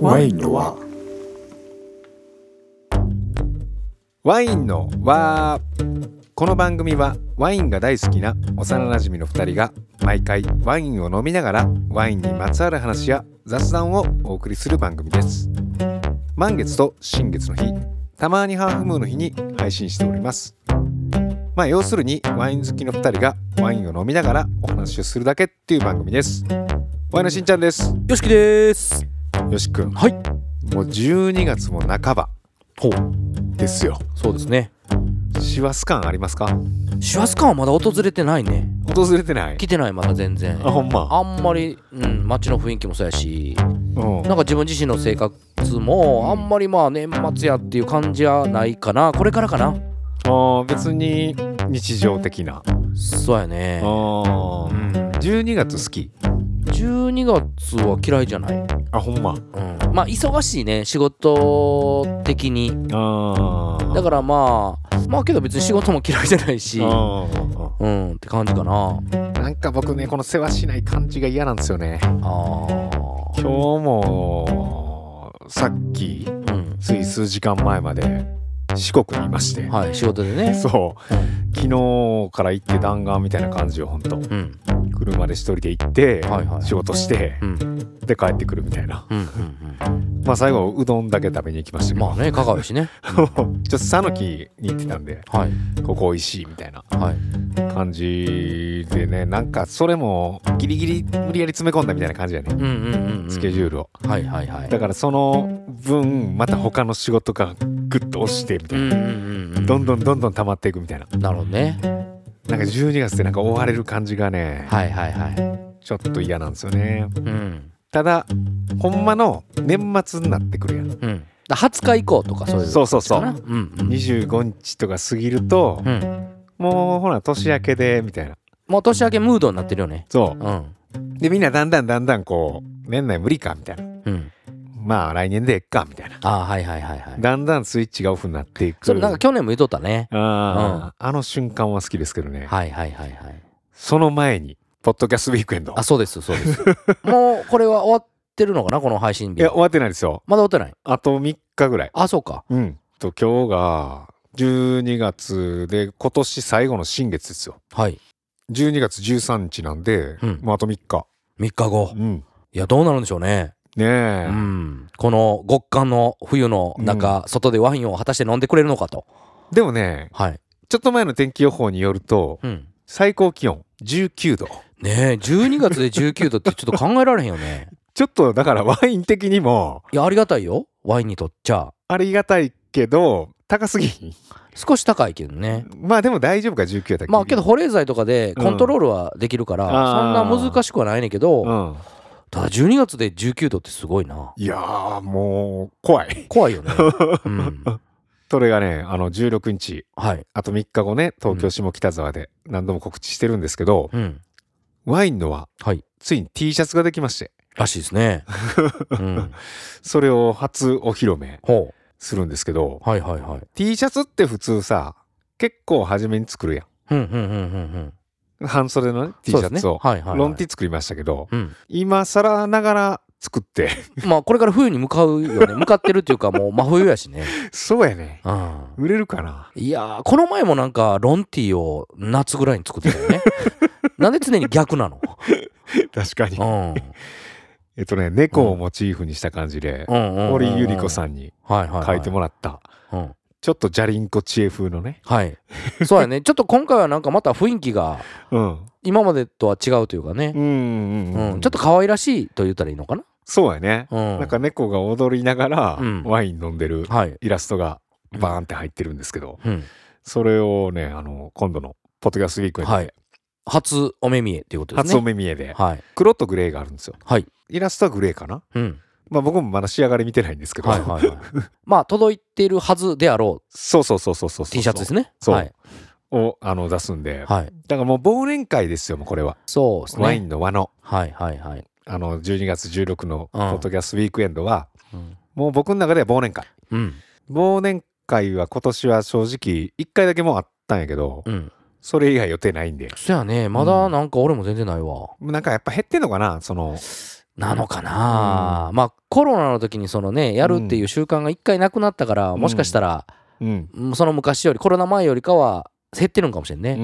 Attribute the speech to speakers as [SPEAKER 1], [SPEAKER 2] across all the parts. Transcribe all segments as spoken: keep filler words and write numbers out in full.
[SPEAKER 1] ワインの輪。ワインの輪。この番組はワインが大好きな幼なじみのふたりが毎回ワインを飲みながらワインにまつわる話や雑談をお送りする番組です。満月と新月の日、たまにハーフムーンの日に配信しております。まあ要するにワイン好きのふたりがワインを飲みながらお話をするだけっていう番組です。ワインのしんちゃんです。
[SPEAKER 2] よしきです。
[SPEAKER 1] よしくん、
[SPEAKER 2] はい、
[SPEAKER 1] もうじゅうにがつも半ば
[SPEAKER 2] ほう
[SPEAKER 1] ですよ。
[SPEAKER 2] そうですね。
[SPEAKER 1] 師走感ありますか？
[SPEAKER 2] 師走感はまだ訪れてないね。
[SPEAKER 1] 訪れてない？
[SPEAKER 2] 来てない、まだ全然。
[SPEAKER 1] あ、ほんま。
[SPEAKER 2] あんまり、うん、街の雰囲気もそうやし、
[SPEAKER 1] うん、
[SPEAKER 2] なんか自分自身の生活もあんまりまあ年末やっていう感じはないかな。これからかな。
[SPEAKER 1] あ、別に日常的な。
[SPEAKER 2] そうやね。
[SPEAKER 1] あ、
[SPEAKER 2] うん、
[SPEAKER 1] じゅうにがつ好き？
[SPEAKER 2] じゅうにがつは嫌いじゃない。
[SPEAKER 1] あ、ほんま。
[SPEAKER 2] うん、まあ忙しいね、仕事的に。
[SPEAKER 1] あ、
[SPEAKER 2] だからまあまあけど別に仕事も嫌いじゃないし、
[SPEAKER 1] あ、
[SPEAKER 2] うんって感じかな。
[SPEAKER 1] なんか僕ね、この世話しない感じが嫌なんですよね。
[SPEAKER 2] あ、
[SPEAKER 1] 今日もさっき、うん、つい数時間前まで四国にいまして、
[SPEAKER 2] はい、仕事でね。
[SPEAKER 1] そう、うん、昨日から行って弾丸みたいな感じをほんと、うん、車で一人で行って、はいはい、仕事して、うん、で帰ってくるみたいな、うんうんうん、まあ最後うどんだけ食べに行きましたけど、
[SPEAKER 2] まあね、香川しね
[SPEAKER 1] ちょっと讃岐に行ってたんで、はい、ここ美味しいみたいな感じでね、なんかそれもギリギリ無理やり詰め込んだみたいな感じやね、うんうんうんうん、スケジュールを、はいはいはい、だからその分また他の仕事がグッと押してみたいな、うんうんうん、どんどんどんどん溜まっていくみたいな。
[SPEAKER 2] なるほどね。
[SPEAKER 1] なんかじゅうにがつでなんか追われる感じがね、
[SPEAKER 2] はいはいはい、
[SPEAKER 1] ちょっと嫌なんですよね、うん、
[SPEAKER 2] た
[SPEAKER 1] だほんまの年末になってくるやん、うん、
[SPEAKER 2] はつか以降とかそういう、
[SPEAKER 1] そうそうそう、うんうん、にじゅうごにちとか過ぎると、うん、もうほら年明けでみたいな、
[SPEAKER 2] もう年明けムードになってるよね。
[SPEAKER 1] そう、うん、でみんなだんだんだんだんこう年内無理かみたいな、うん、まあ来年でえっかみたいな、
[SPEAKER 2] あ、はいはいはいはい、
[SPEAKER 1] だんだんスイッチがオフになっていく。
[SPEAKER 2] それなんか去年も言っとったね。
[SPEAKER 1] あ、うん、あの瞬間は好きですけどね。
[SPEAKER 2] はいはいはいはい。
[SPEAKER 1] その前にポッドキャストウィークエンド。
[SPEAKER 2] あ、そうですそうですもうこれは終わってるのかな、この配信日。
[SPEAKER 1] いや終わってないですよ。
[SPEAKER 2] まだ終わってない。
[SPEAKER 1] あとみっかぐらい。
[SPEAKER 2] あ、そうか。
[SPEAKER 1] うん。と今日がじゅうにがつで今年最後の新月ですよ。はい。じゅうにがつじゅうさんにちなんで、うん、もうあとみっか。
[SPEAKER 2] みっかご。うん。いやどうなるんでしょうね。
[SPEAKER 1] ねえ、
[SPEAKER 2] うん、この極寒の冬の中、うん、外でワインを果たして飲んでくれるのかと。
[SPEAKER 1] でもね、はい、ちょっと前の天気予報によると、うん、最高気温じゅうきゅうど
[SPEAKER 2] ねえ、じゅうにがつでじゅうきゅうどってちょっと考えられへんよね
[SPEAKER 1] ちょっとだからワイン的にも、
[SPEAKER 2] いやありがたいよ、ワインにとっちゃ
[SPEAKER 1] ありがたいけど高すぎん。
[SPEAKER 2] 少し高いけどね。
[SPEAKER 1] まあでも大丈夫か、じゅうきゅうだけ。
[SPEAKER 2] まあけど保冷剤とかでコントロールはできるから、うん、そんな難しくはないねんけど、うん、ただじゅうにがつでじゅうきゅうどってすごいな。
[SPEAKER 1] いやーもう怖い
[SPEAKER 2] 怖いよね、うん、
[SPEAKER 1] それがね、あのじゅうろくにち、
[SPEAKER 2] はい、
[SPEAKER 1] あとみっかごね、東京下北沢で何度も告知してるんですけど、うん、ワインのは、はい、ついに T シャツができまして
[SPEAKER 2] らしいですね、
[SPEAKER 1] うん、それを初お披露目するんですけど、はいはいはい、T シャツって普通さ結構初めに作るやん、うんうんうんうんうん、半袖の、ね、T シャツを、ね、はいはいはい、ロン T 作りましたけど、うん、今更ながら作って
[SPEAKER 2] まあこれから冬に向かうよね。向かってるっていうかもう真冬やしね。
[SPEAKER 1] そうやね、うん、売れるかな。
[SPEAKER 2] いやーこの前もなんかロン T を夏ぐらいに作ってたよねなんで常に逆なの
[SPEAKER 1] 確かに、うん、えっとね猫をモチーフにした感じで、堀ゆり子さんに書いてもらった、はいはいはい、うん、ちょっとジャリンコ知恵風のね、はい
[SPEAKER 2] そうやねちょっと今回はなんかまた雰囲気が、うん、今までとは違うというかね、うんうんうんうん、ちょっと可愛らしいと言ったらいいのかな。
[SPEAKER 1] そうやね、うん、なんか猫が踊りながらワイン飲んでるイラストがバーンって入ってるんですけど、うん、それをね、あの今度のポッドキャストウィークエンドで、はい、
[SPEAKER 2] 初お目見えっていうことですね。
[SPEAKER 1] 初お目見えで、はい、黒とグレーがあるんですよ、はい、イラストはグレーかな、うん、まあ僕もまだ仕上がり見てないんですけど、はいはいはい、
[SPEAKER 2] まあ届いているはずであろう
[SPEAKER 1] そうそうそうそうそう
[SPEAKER 2] T シャツですね。
[SPEAKER 1] そう、
[SPEAKER 2] はい、
[SPEAKER 1] をあの出すんで、はい、だからもう忘年会ですよ、もうこれは。
[SPEAKER 2] そうですね、
[SPEAKER 1] ワインの輪の、
[SPEAKER 2] はいはいはい、あ
[SPEAKER 1] のじゅうにがつじゅうろくのポッドキャストウィークエンドは、うん、もう僕の中では忘年会、うん、忘年会は今年は正直いっかいだけもうあったんやけど、うん、それ以外予定ないんで。
[SPEAKER 2] そやね、まだなんか俺も全然ないわ、
[SPEAKER 1] うん、なんかやっぱ減ってんのかな、その
[SPEAKER 2] なのかな、うん、まあコロナの時にそのねやるっていう習慣が一回なくなったから、うん、もしかしたら、うん、その昔よりコロナ前よりかは減ってるんかもしれんね。
[SPEAKER 1] うん、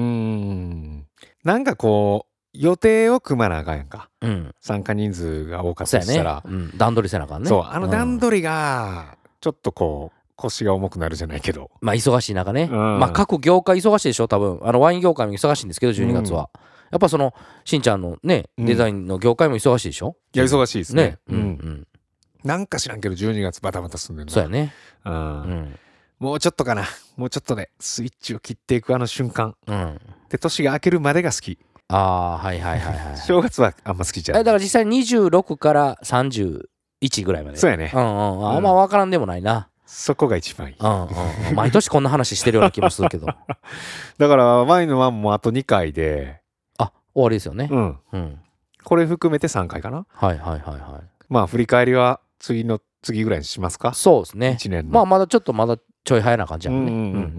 [SPEAKER 1] なんかこう予定を組まなあかんやんか、うん、参加人数が多かったりしたら、
[SPEAKER 2] そうやね、うん、段取りせなあかんね。
[SPEAKER 1] そうあの段取りがちょっとこう腰が重くなるじゃないけど、
[SPEAKER 2] まあ忙しい中ね、うん、まあ各業界忙しいでしょ多分。あのワイン業界も忙しいんですけどじゅうにがつは、うん、やっぱそのしんちゃんのねデザインの業界も忙しいでしょ、
[SPEAKER 1] うん、いや忙しいですね。ね、
[SPEAKER 2] うんうん、
[SPEAKER 1] なんか知らんけどじゅうにがつバタバタすんねんな。
[SPEAKER 2] そうやね、
[SPEAKER 1] うんうん、もうちょっとかな、もうちょっとでスイッチを切っていくあの瞬間、うん、で年が明けるまでが好き。
[SPEAKER 2] ああはいはいはいはい
[SPEAKER 1] 正月はあんま好きじゃない。
[SPEAKER 2] だから実際にじゅうろくからさんじゅういちぐらいまで。
[SPEAKER 1] そうやね、
[SPEAKER 2] うんうん、あんま分からんでもないな。
[SPEAKER 1] そこが一番いい、
[SPEAKER 2] うんうんうん、毎年こんな話してるような気もするけど
[SPEAKER 1] だからワインのワンもあとにかいで
[SPEAKER 2] あ終わりですよね。
[SPEAKER 1] うん、うん、これ含めてさんかいかな。
[SPEAKER 2] はいはいはいはい。
[SPEAKER 1] まあ振り返りは次の次ぐらいにしますか。
[SPEAKER 2] そうですね、
[SPEAKER 1] いちねんの
[SPEAKER 2] まあまだちょっとまだちょい早な感じやもんね。
[SPEAKER 1] うんうんうんうん、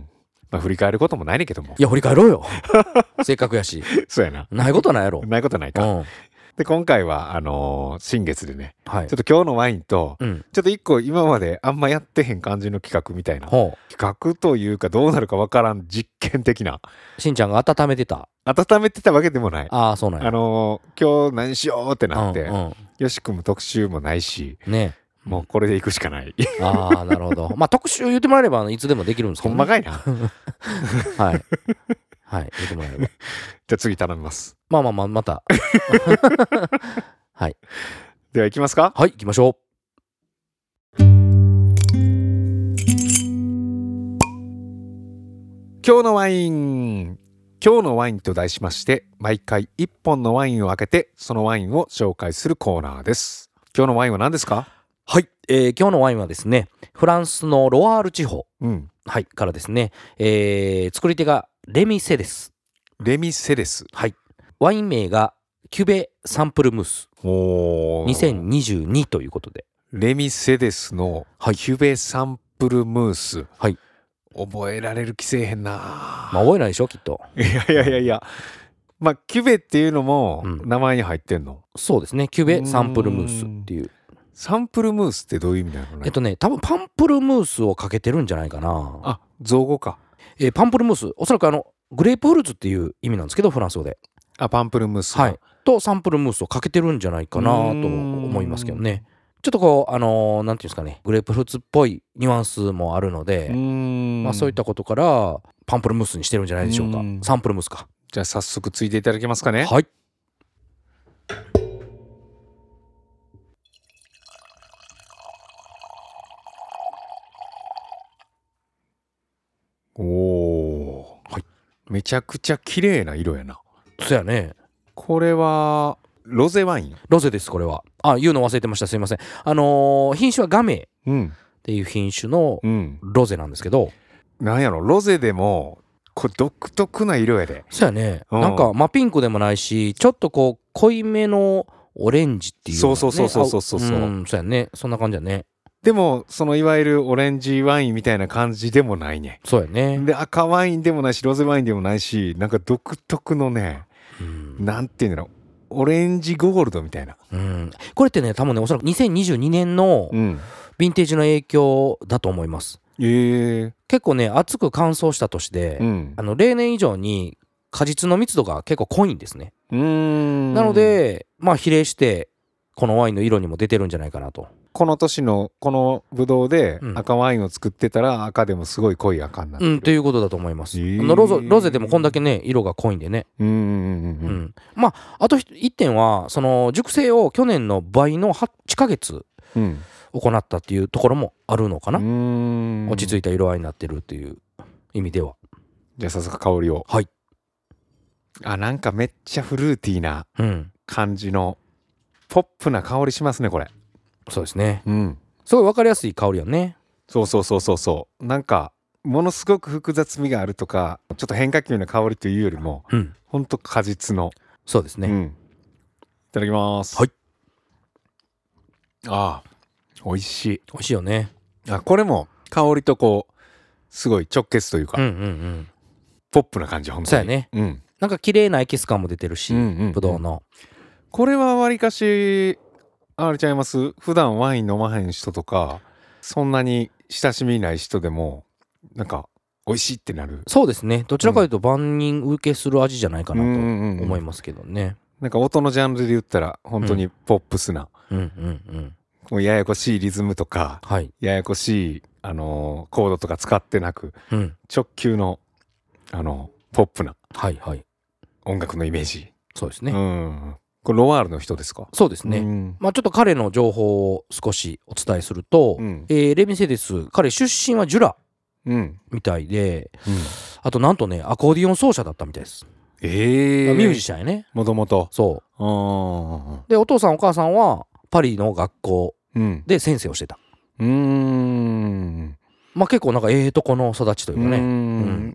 [SPEAKER 1] まあ振り返ることもないねんけども。
[SPEAKER 2] いや振り返ろうよせっかくやし
[SPEAKER 1] そうやな、
[SPEAKER 2] ないことないやろ。
[SPEAKER 1] ないことないか、うん、で今回はあのー、新月でね、はい、ちょっと今日のワインと、うん、ちょっと一個今まであんまやってへん感じの企画みたいな、企画というかどうなるかわからん実験的な。
[SPEAKER 2] しんちゃんが温めてた
[SPEAKER 1] 温めてたわけでもない。
[SPEAKER 2] ああそうなんや。
[SPEAKER 1] あのー、今日何しようってなって、うんうん、よしくんも特集もないしね、もうこれでいくしかない
[SPEAKER 2] ああなるほど。まあ特集言ってもらえればいつでもできるんですけど、ね、
[SPEAKER 1] ほんまかいな
[SPEAKER 2] はいはい言ってもらえれば。
[SPEAKER 1] じゃあ次頼みます。
[SPEAKER 2] まあまあまあまたはい
[SPEAKER 1] では行きますか。
[SPEAKER 2] はい行きましょう。
[SPEAKER 1] 今日のワイン今日のワインと題しまして、毎回いっぽんのワインを開けてそのワインを紹介するコーナーです。今日のワインは何ですか。
[SPEAKER 2] はい、えー、今日のワインはですねフランスのロワール地方、うん、はい、からですね、えー、作り手がレミセデス。
[SPEAKER 1] レミセデス、
[SPEAKER 2] はい、ワイン名がキュベサンプルムースにせんにじゅうにということで、
[SPEAKER 1] レミセデスのキュベサンプルムース、はい、覚えられる気せえへんな。
[SPEAKER 2] まあ覚えないでしょきっと。
[SPEAKER 1] いやいやいやいや、まあキュベっていうのも名前に入ってんの、うん、
[SPEAKER 2] そうですね、キュベサンプルムースっていう。
[SPEAKER 1] サンプルムースってどういう意味なのね。
[SPEAKER 2] えっとね多分パンプルムースをかけてるんじゃないかな。
[SPEAKER 1] あ、造語か。
[SPEAKER 2] えー、パンプルムースおそらくあのグレープフルーツっていう意味なんですけどフランス語で。
[SPEAKER 1] あ、パンプルムース、
[SPEAKER 2] はい、とサンプルムースをかけてるんじゃないかなと思いますけどね。ちょっとこうあのー、なんていうんですかね、グレープフルーツっぽいニュアンスもあるので、うーん、まあ、そういったことからパンプルムースにしてるんじゃないでしょうか。うサンプルムースか。
[SPEAKER 1] じゃあ早速ついていただけますかね。
[SPEAKER 2] はい。
[SPEAKER 1] おお、はい、めちゃくちゃ綺麗な色やな。
[SPEAKER 2] そうやね。
[SPEAKER 1] これはロゼワイン。
[SPEAKER 2] ロゼです。これはあ言うの忘れてました、すいません。あのー、品種はガメっていう品種のロゼなんですけど、
[SPEAKER 1] うん、なんやろロゼでもこれ独特な色やで。
[SPEAKER 2] そうやね、うん、なんか真ピンクでもないしちょっとこう濃いめのオレンジっていう、ね、
[SPEAKER 1] そうそうそうそうそうそう、
[SPEAKER 2] うん、そうやね、そんな感じやね。
[SPEAKER 1] でもそのいわゆるオレンジワインみたいな感じでもないね。
[SPEAKER 2] そうやね。
[SPEAKER 1] で赤ワインでもないしロゼワインでもないし、なんか独特のね、うん、なんていうんだろう、オレンジゴールドみたいな、
[SPEAKER 2] うん、これってね多分ねおそらくにせんにじゅうにねんのヴィンテージの影響だと思います、うん、えー、結構ね暑く乾燥した年で、うん、あの例年以上に果実の密度が結構濃いんですね。うーん、なのでまあ比例してこのワインの色にも出てるんじゃないかなと。
[SPEAKER 1] この年のこのブドウで赤ワインを作ってたら赤でもすごい濃い赤になってる、うん、
[SPEAKER 2] ということだと思います、えー、あの ロ, ゾロゼでもこんだけね色が濃いんでね。うんうんうんうん、うん、まああといってんはその熟成を去年の倍のはちかげつ行ったっていうところもあるのかな、うん、落ち着いた色合いになってるっていう意味では。
[SPEAKER 1] じゃあ早速香りを。はい。あ、なんかめっちゃフルーティーな感じの、うん、ポップな香りしますねこれ。
[SPEAKER 2] そうですね、うん、すごい分かりやすい香りよね。
[SPEAKER 1] そうそうそうそうそう、なんかものすごく複雑味があるとかちょっと変化球な香りというよりも、うん、ほんと果実の。
[SPEAKER 2] そうですね、うん、
[SPEAKER 1] いただきます。はい。あー美味しい。
[SPEAKER 2] 美味しいよね。
[SPEAKER 1] あ、これも香りとこうすごい直結というか、うんうんうん、ポップな感じ。ほんとに
[SPEAKER 2] そうやね、うん、なんか綺麗なエキス感も出てるし、うんうんうん、ブドウの。
[SPEAKER 1] これはわりかしあれちゃいます？普段ワイン飲まへん人とかそんなに親しみない人でもなんか美味しいってなる。
[SPEAKER 2] そうですね、どちらかというと万人受けする味じゃないかなと思いますけどね、うんうんうん、
[SPEAKER 1] なんか音のジャンルで言ったら本当にポップスな、うんうんうんうん、ややこしいリズムとか、はい、ややこしい、あのー、コードとか使ってなく、うん、直球の、あのー、ポップな音楽のイメージ、はいはい、
[SPEAKER 2] そうですね、うん、
[SPEAKER 1] これロワールの人ですか？
[SPEAKER 2] そうですね、うん、まあ、ちょっと彼の情報を少しお伝えすると、うん、えー、レ・ミセデス、彼出身はジュラみたいで、うん、あとなんとねアコーディオン奏者だったみたいです。えー、ミュージシャンやね、
[SPEAKER 1] もともと。
[SPEAKER 2] そうで、お父さんお母さんはパリの学校で先生をしてた。うーん、まあ結構なんかええとこの育ちというかね、うん、うん、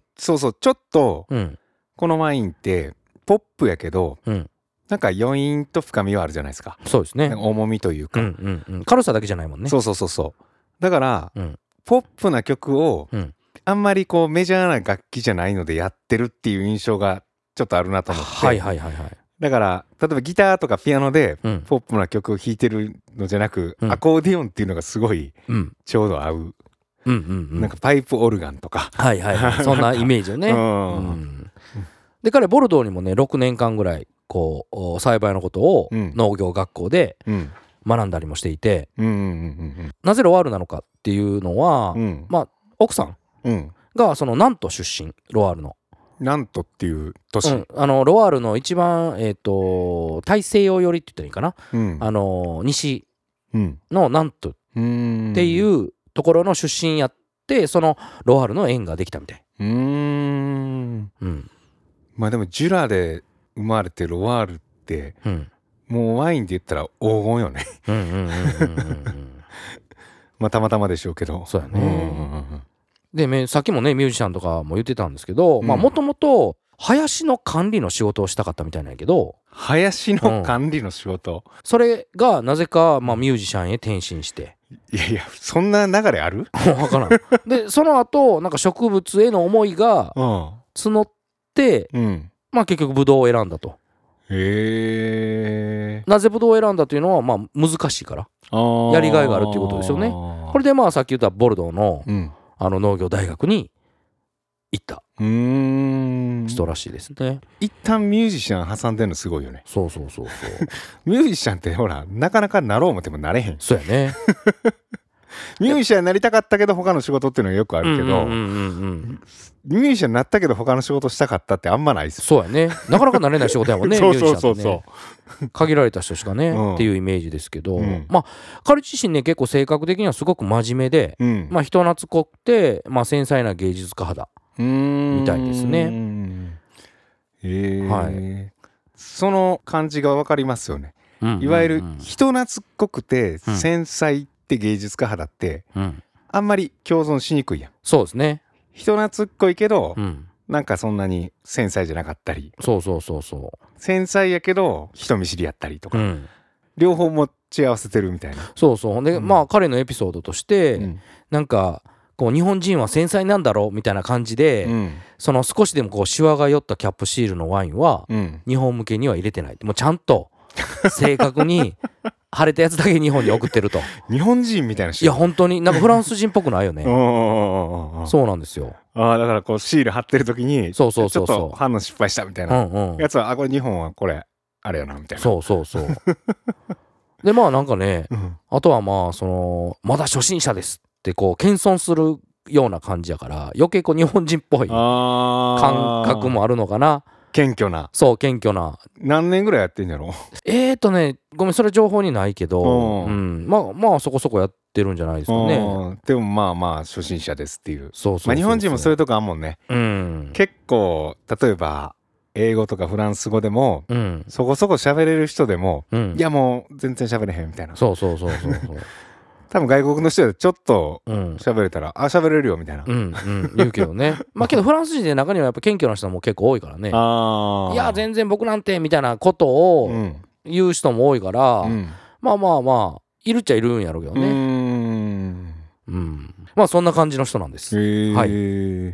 [SPEAKER 1] そうそう、ちょっと、うん、このワインってポップやけど、うん、なんか余韻と深みはあるじゃないですか。
[SPEAKER 2] そうですね、
[SPEAKER 1] 重みというか、うん
[SPEAKER 2] うんうん、軽さだけじゃないもんね。
[SPEAKER 1] そうそうそうそう。だから、うん、ポップな曲を、うん、あんまりこうメジャーな楽器じゃないのでやってるっていう印象がちょっとあるなと思って、
[SPEAKER 2] はいはいはいはい、
[SPEAKER 1] だから例えばギターとかピアノでポップな曲を弾いてるのじゃなく、うん、アコーディオンっていうのがすごいちょうど合う、うんうんうん、なんかパイプオルガンとか、
[SPEAKER 2] はいはいはい、そんなイメージよね、うんうん、で彼ボルドーにもねろくねんかんぐらいこう栽培のことを農業学校で学んだりもしていて、うんうんうんうん、なぜロワールなのかっていうのは、うん、まあ奥さんがそのナント出身、ロワールの
[SPEAKER 1] ナントっていう都市、うん、
[SPEAKER 2] あのロワールの一番、えーと、大西洋寄りって言ったらいいかな、うん、あの西のナントっていうところの出身やって、そのロワールの縁ができたみたい。うーん、
[SPEAKER 1] うん、まあでもジュラで生まれてロワールって、うん、もうワインで言ったら黄金よね。まあたまたまでしょうけど。
[SPEAKER 2] そうやね、うんうんうん、でさっきもねミュージシャンとかも言ってたんですけど、もともと林の管理の仕事をしたかったみたいなんやけど、
[SPEAKER 1] 林の管理の仕事、
[SPEAKER 2] うん、それがなぜか、まあ、ミュージシャンへ転身して、
[SPEAKER 1] いやいやそんな流れある？
[SPEAKER 2] 分からん。でその後なんか植物への思いが募って、うん、まあ結局ブドウを選んだと。へー、なぜブドウを選んだというのはまあ難しいから、やりがいがあるということですよね。これでまあさっき言ったボルドーの、うん、あの農業大学に行ったうーん人らしいですね。
[SPEAKER 1] 一旦ミュージシャン挟んでんのすごいよね。
[SPEAKER 2] そうそうそうそう
[SPEAKER 1] ミュージシャンってほらなかなかなろう思ってもなれへん。
[SPEAKER 2] そうやね
[SPEAKER 1] ミュージシャンになりたかったけど他の仕事っていうのはよくあるけど、ミュージシャンになったけど他の仕事したかったってあんまないですよ。
[SPEAKER 2] そうやね、なかなかなれない仕事やもんね。そうそうそうそう、限られた人しかね、うん、っていうイメージですけど、うん、まあ彼自身ね結構性格的にはすごく真面目で、うん、まあ人懐っこくて、まあ、繊細な芸術家肌みたいですね。
[SPEAKER 1] へー、はい、その感じが分かりますよね、うんうんうん、いわゆる人懐っこくて繊細って芸術家肌って、うん、あんまり共存しにくいやん。
[SPEAKER 2] そうですね、
[SPEAKER 1] 人懐っこいけど、うん、なんかそんなに繊細じゃなかったり、
[SPEAKER 2] そうそうそうそう、
[SPEAKER 1] 繊細やけど人見知りやったりとか、うん、両方持ち合わせてるみたいな。
[SPEAKER 2] そうそうで、うん、まあ彼のエピソードとして、うん、なんかこう日本人は繊細なんだろうみたいな感じで、うん、その少しでもこうシワが寄ったキャップシールのワインは、うん、日本向けには入れてない。もうちゃんと正確に晴れたやつだけ日本に送ってると。
[SPEAKER 1] 日本人みたいな人。
[SPEAKER 2] いや本当になんかフランス人っぽくないよねそうなんですよ。
[SPEAKER 1] ああ、だからこうシール貼ってる時にそうそうそうそう、ちょっと反応失敗したみたいなやつは、うんうん、あこれ日本はこれあれやなみたいな。
[SPEAKER 2] そうそうそうでまあなんかね、うん、あとはまあそのまだ初心者ですってこう謙遜するような感じやから余計こう日本人っぽい感覚もあるのかな。
[SPEAKER 1] 謙虚な。
[SPEAKER 2] そう謙虚な。
[SPEAKER 1] 何年ぐらいやってんやろ。
[SPEAKER 2] えーとねごめんそれ情報にないけど、うん、まあまあそこそこやってるんじゃないですかね。
[SPEAKER 1] でもまあまあ初心者ですっていう。そうそうそうそう、まあ、日本人もそういうとこあんもんね、うん、結構例えば英語とかフランス語でも、うん、そこそこ喋れる人でも、うん、いやもう全然喋れへんみたいな。そうそうそうそうそう多分外国の人でちょっと喋れたら、うん、あ喋れるよみたいな、うんうん、
[SPEAKER 2] 言うけどねまあけどフランス人で中にはやっぱ謙虚な人も結構多いからね。あいや全然僕なんてみたいなことを言う人も多いから、うん、まあまあまあいるっちゃいるんやろうけどね。うん、うん、まあそんな感じの人なんです。へー、はい。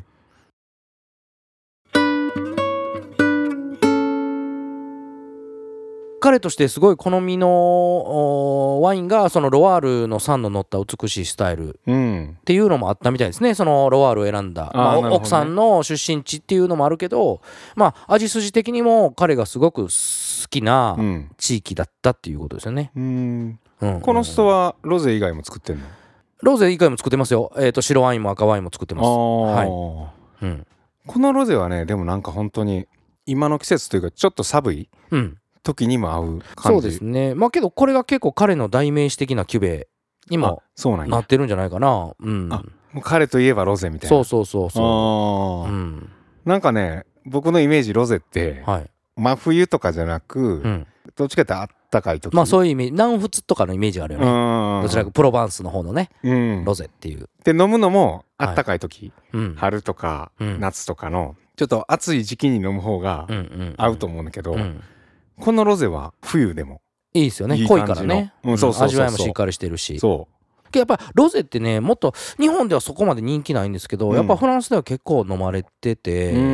[SPEAKER 2] 彼としてすごい好みのワインがそのロワールの酸の乗った美しいスタイルっていうのもあったみたいですね。そのロワールを選んだ、まあ、奥さんの出身地っていうのもあるけど、まあ味筋的にも彼がすごく好きな地域だったっていうことですよね。
[SPEAKER 1] うん、うん、この人はロゼ以外も作ってんの？
[SPEAKER 2] ロゼ以外も作ってますよ。えーと白ワインも赤ワインも作ってます。はい、
[SPEAKER 1] うん、このロゼはねでもなんか本当に今の季節というかちょっと寒い、うん時にも合う感じ。
[SPEAKER 2] そうですね。まあけどこれが結構彼の代名詞的なキュベにもなってるんじゃないかな。うん。
[SPEAKER 1] あ、もう彼といえばロゼみたいな。
[SPEAKER 2] そうそうそうそう。
[SPEAKER 1] うん。なんかね、僕のイメージロゼって、はい、真冬とかじゃなく、うん、どっちかってあったかい時。
[SPEAKER 2] まあそういうイメージ、南仏とかのイメージがあるよね。どちらかプロバンスの方のね、うん、ロゼっていう。
[SPEAKER 1] で飲むのもあったかい時、はい、春とか夏とかのちょっと暑い時期に飲む方が合うと思うんだけど。うんうんうんこのロゼは冬でも
[SPEAKER 2] いいですよね。濃いからね、うん、そうそうそうそう、味わいもしっかりしてるし。そうやっぱロゼってねもっと日本ではそこまで人気ないんですけど、うん、やっぱフランスでは結構飲まれてて、うん、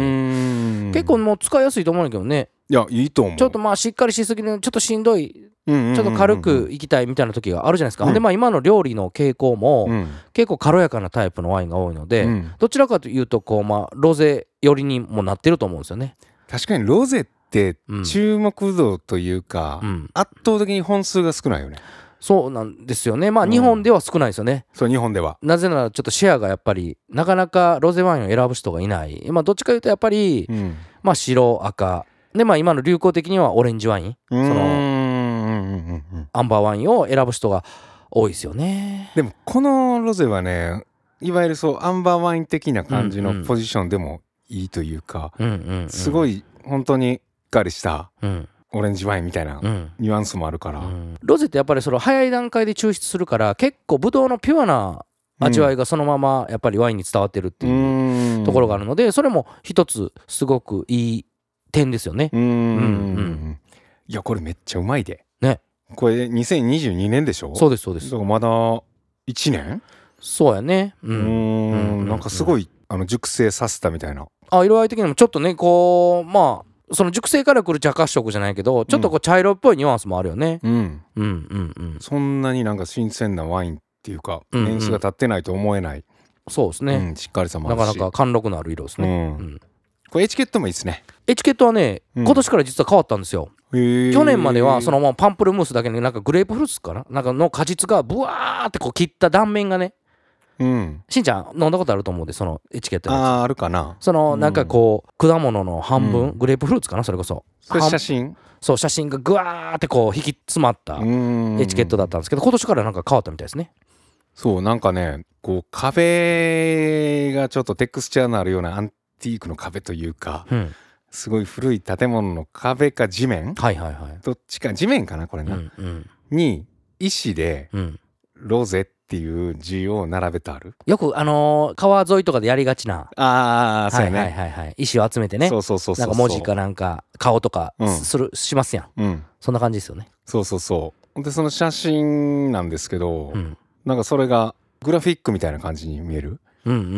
[SPEAKER 2] 結構もう使いやすいと思うんだけどね。
[SPEAKER 1] いやいいと思う。
[SPEAKER 2] ちょっとまあしっかりしすぎでちょっとしんどい、ちょっと軽くいきたいみたいな時があるじゃないですか、うん、でまあ今の料理の傾向も、うん、結構軽やかなタイプのワインが多いので、うん、どちらかというとこう、まあ、ロゼ寄りにもなってると思うんですよね。
[SPEAKER 1] 確かにロゼって注目度というか、うん、圧倒的に本数が少ないよね。
[SPEAKER 2] そうなんですよね。まあ日本では少ないですよね、
[SPEAKER 1] うん、そう日本では
[SPEAKER 2] なぜならちょっとシェアがやっぱりなかなかロゼワインを選ぶ人がいない。まあどっちかというとやっぱり、うん、まあ白赤でまあ今の流行的にはオレンジワイン、そのアンバーワインを選ぶ人が多いですよね。
[SPEAKER 1] でもこのロゼはねいわゆるそうアンバーワイン的な感じのポジションでもいいというか、うんうんうん、すごい本当にしっかりしたオレンジワインみたいなニュアンスもあるから、うんうん、
[SPEAKER 2] ロゼってやっぱりその早い段階で抽出するから結構ブドウのピュアな味わいがそのままやっぱりワインに伝わってるっていうところがあるので、それも一つすごくいい点ですよね。うんうんう
[SPEAKER 1] ん、いやこれめっちゃうまいでね。これにせんにじゅうにねんでしょ。
[SPEAKER 2] そうですそうです。
[SPEAKER 1] だからまだいちねん。
[SPEAKER 2] そうやね。うん、
[SPEAKER 1] うんなんかすごいあの熟成させたみたいな。
[SPEAKER 2] あ色合い的にもちょっとねこうまあその熟成からくる茶褐色じゃないけどちょっとこう茶色っぽいニュアンスもあるよね。うんうん
[SPEAKER 1] うんうん。そんなになんか新鮮なワインっていうか、うんうん、年数が経ってないと思えない。
[SPEAKER 2] そうですね、
[SPEAKER 1] うん、しっかりさもあるし
[SPEAKER 2] なかなか貫禄のある色ですね。うんうん、
[SPEAKER 1] これエチケットもいいですね。
[SPEAKER 2] エチケットはね、うん、今年から実は変わったんですよ。去年まではそのままパンプルムースだけになんかグレープフルーツかななんかの果実がブワーってこう切った断面がね、うん、しんちゃん飲んだことあると思うでそのエチケットのやつ。
[SPEAKER 1] あーあるかな。
[SPEAKER 2] そのなんかこう果物の半分、うん、グレープフルーツかなそれこそ。
[SPEAKER 1] それ写真
[SPEAKER 2] そう写真がグワーってこう引き詰まったエチケットだったんですけど今年からなんか変わったみたいですね。
[SPEAKER 1] そうなんかねこう壁がちょっとテクスチャーのあるようなアンティークの壁というか、うん、すごい古い建物の壁か地面、はいはいはい、どっちか地面かなこれな、うんうん、に石で、うん、ロゼっていう字を並べてある。
[SPEAKER 2] よくあのー、川沿いとかでやりがちな
[SPEAKER 1] ああそうやね、
[SPEAKER 2] はいはいはいはい、石を集めてね
[SPEAKER 1] そうそうそうそう
[SPEAKER 2] なんか文字かなんか顔とかする、うん、しますやん、うん、そんな感じですよね。
[SPEAKER 1] そうそうそうでその写真なんですけど、うん、なんかそれがグラフィックみたいな感じに見える、うんうんうん、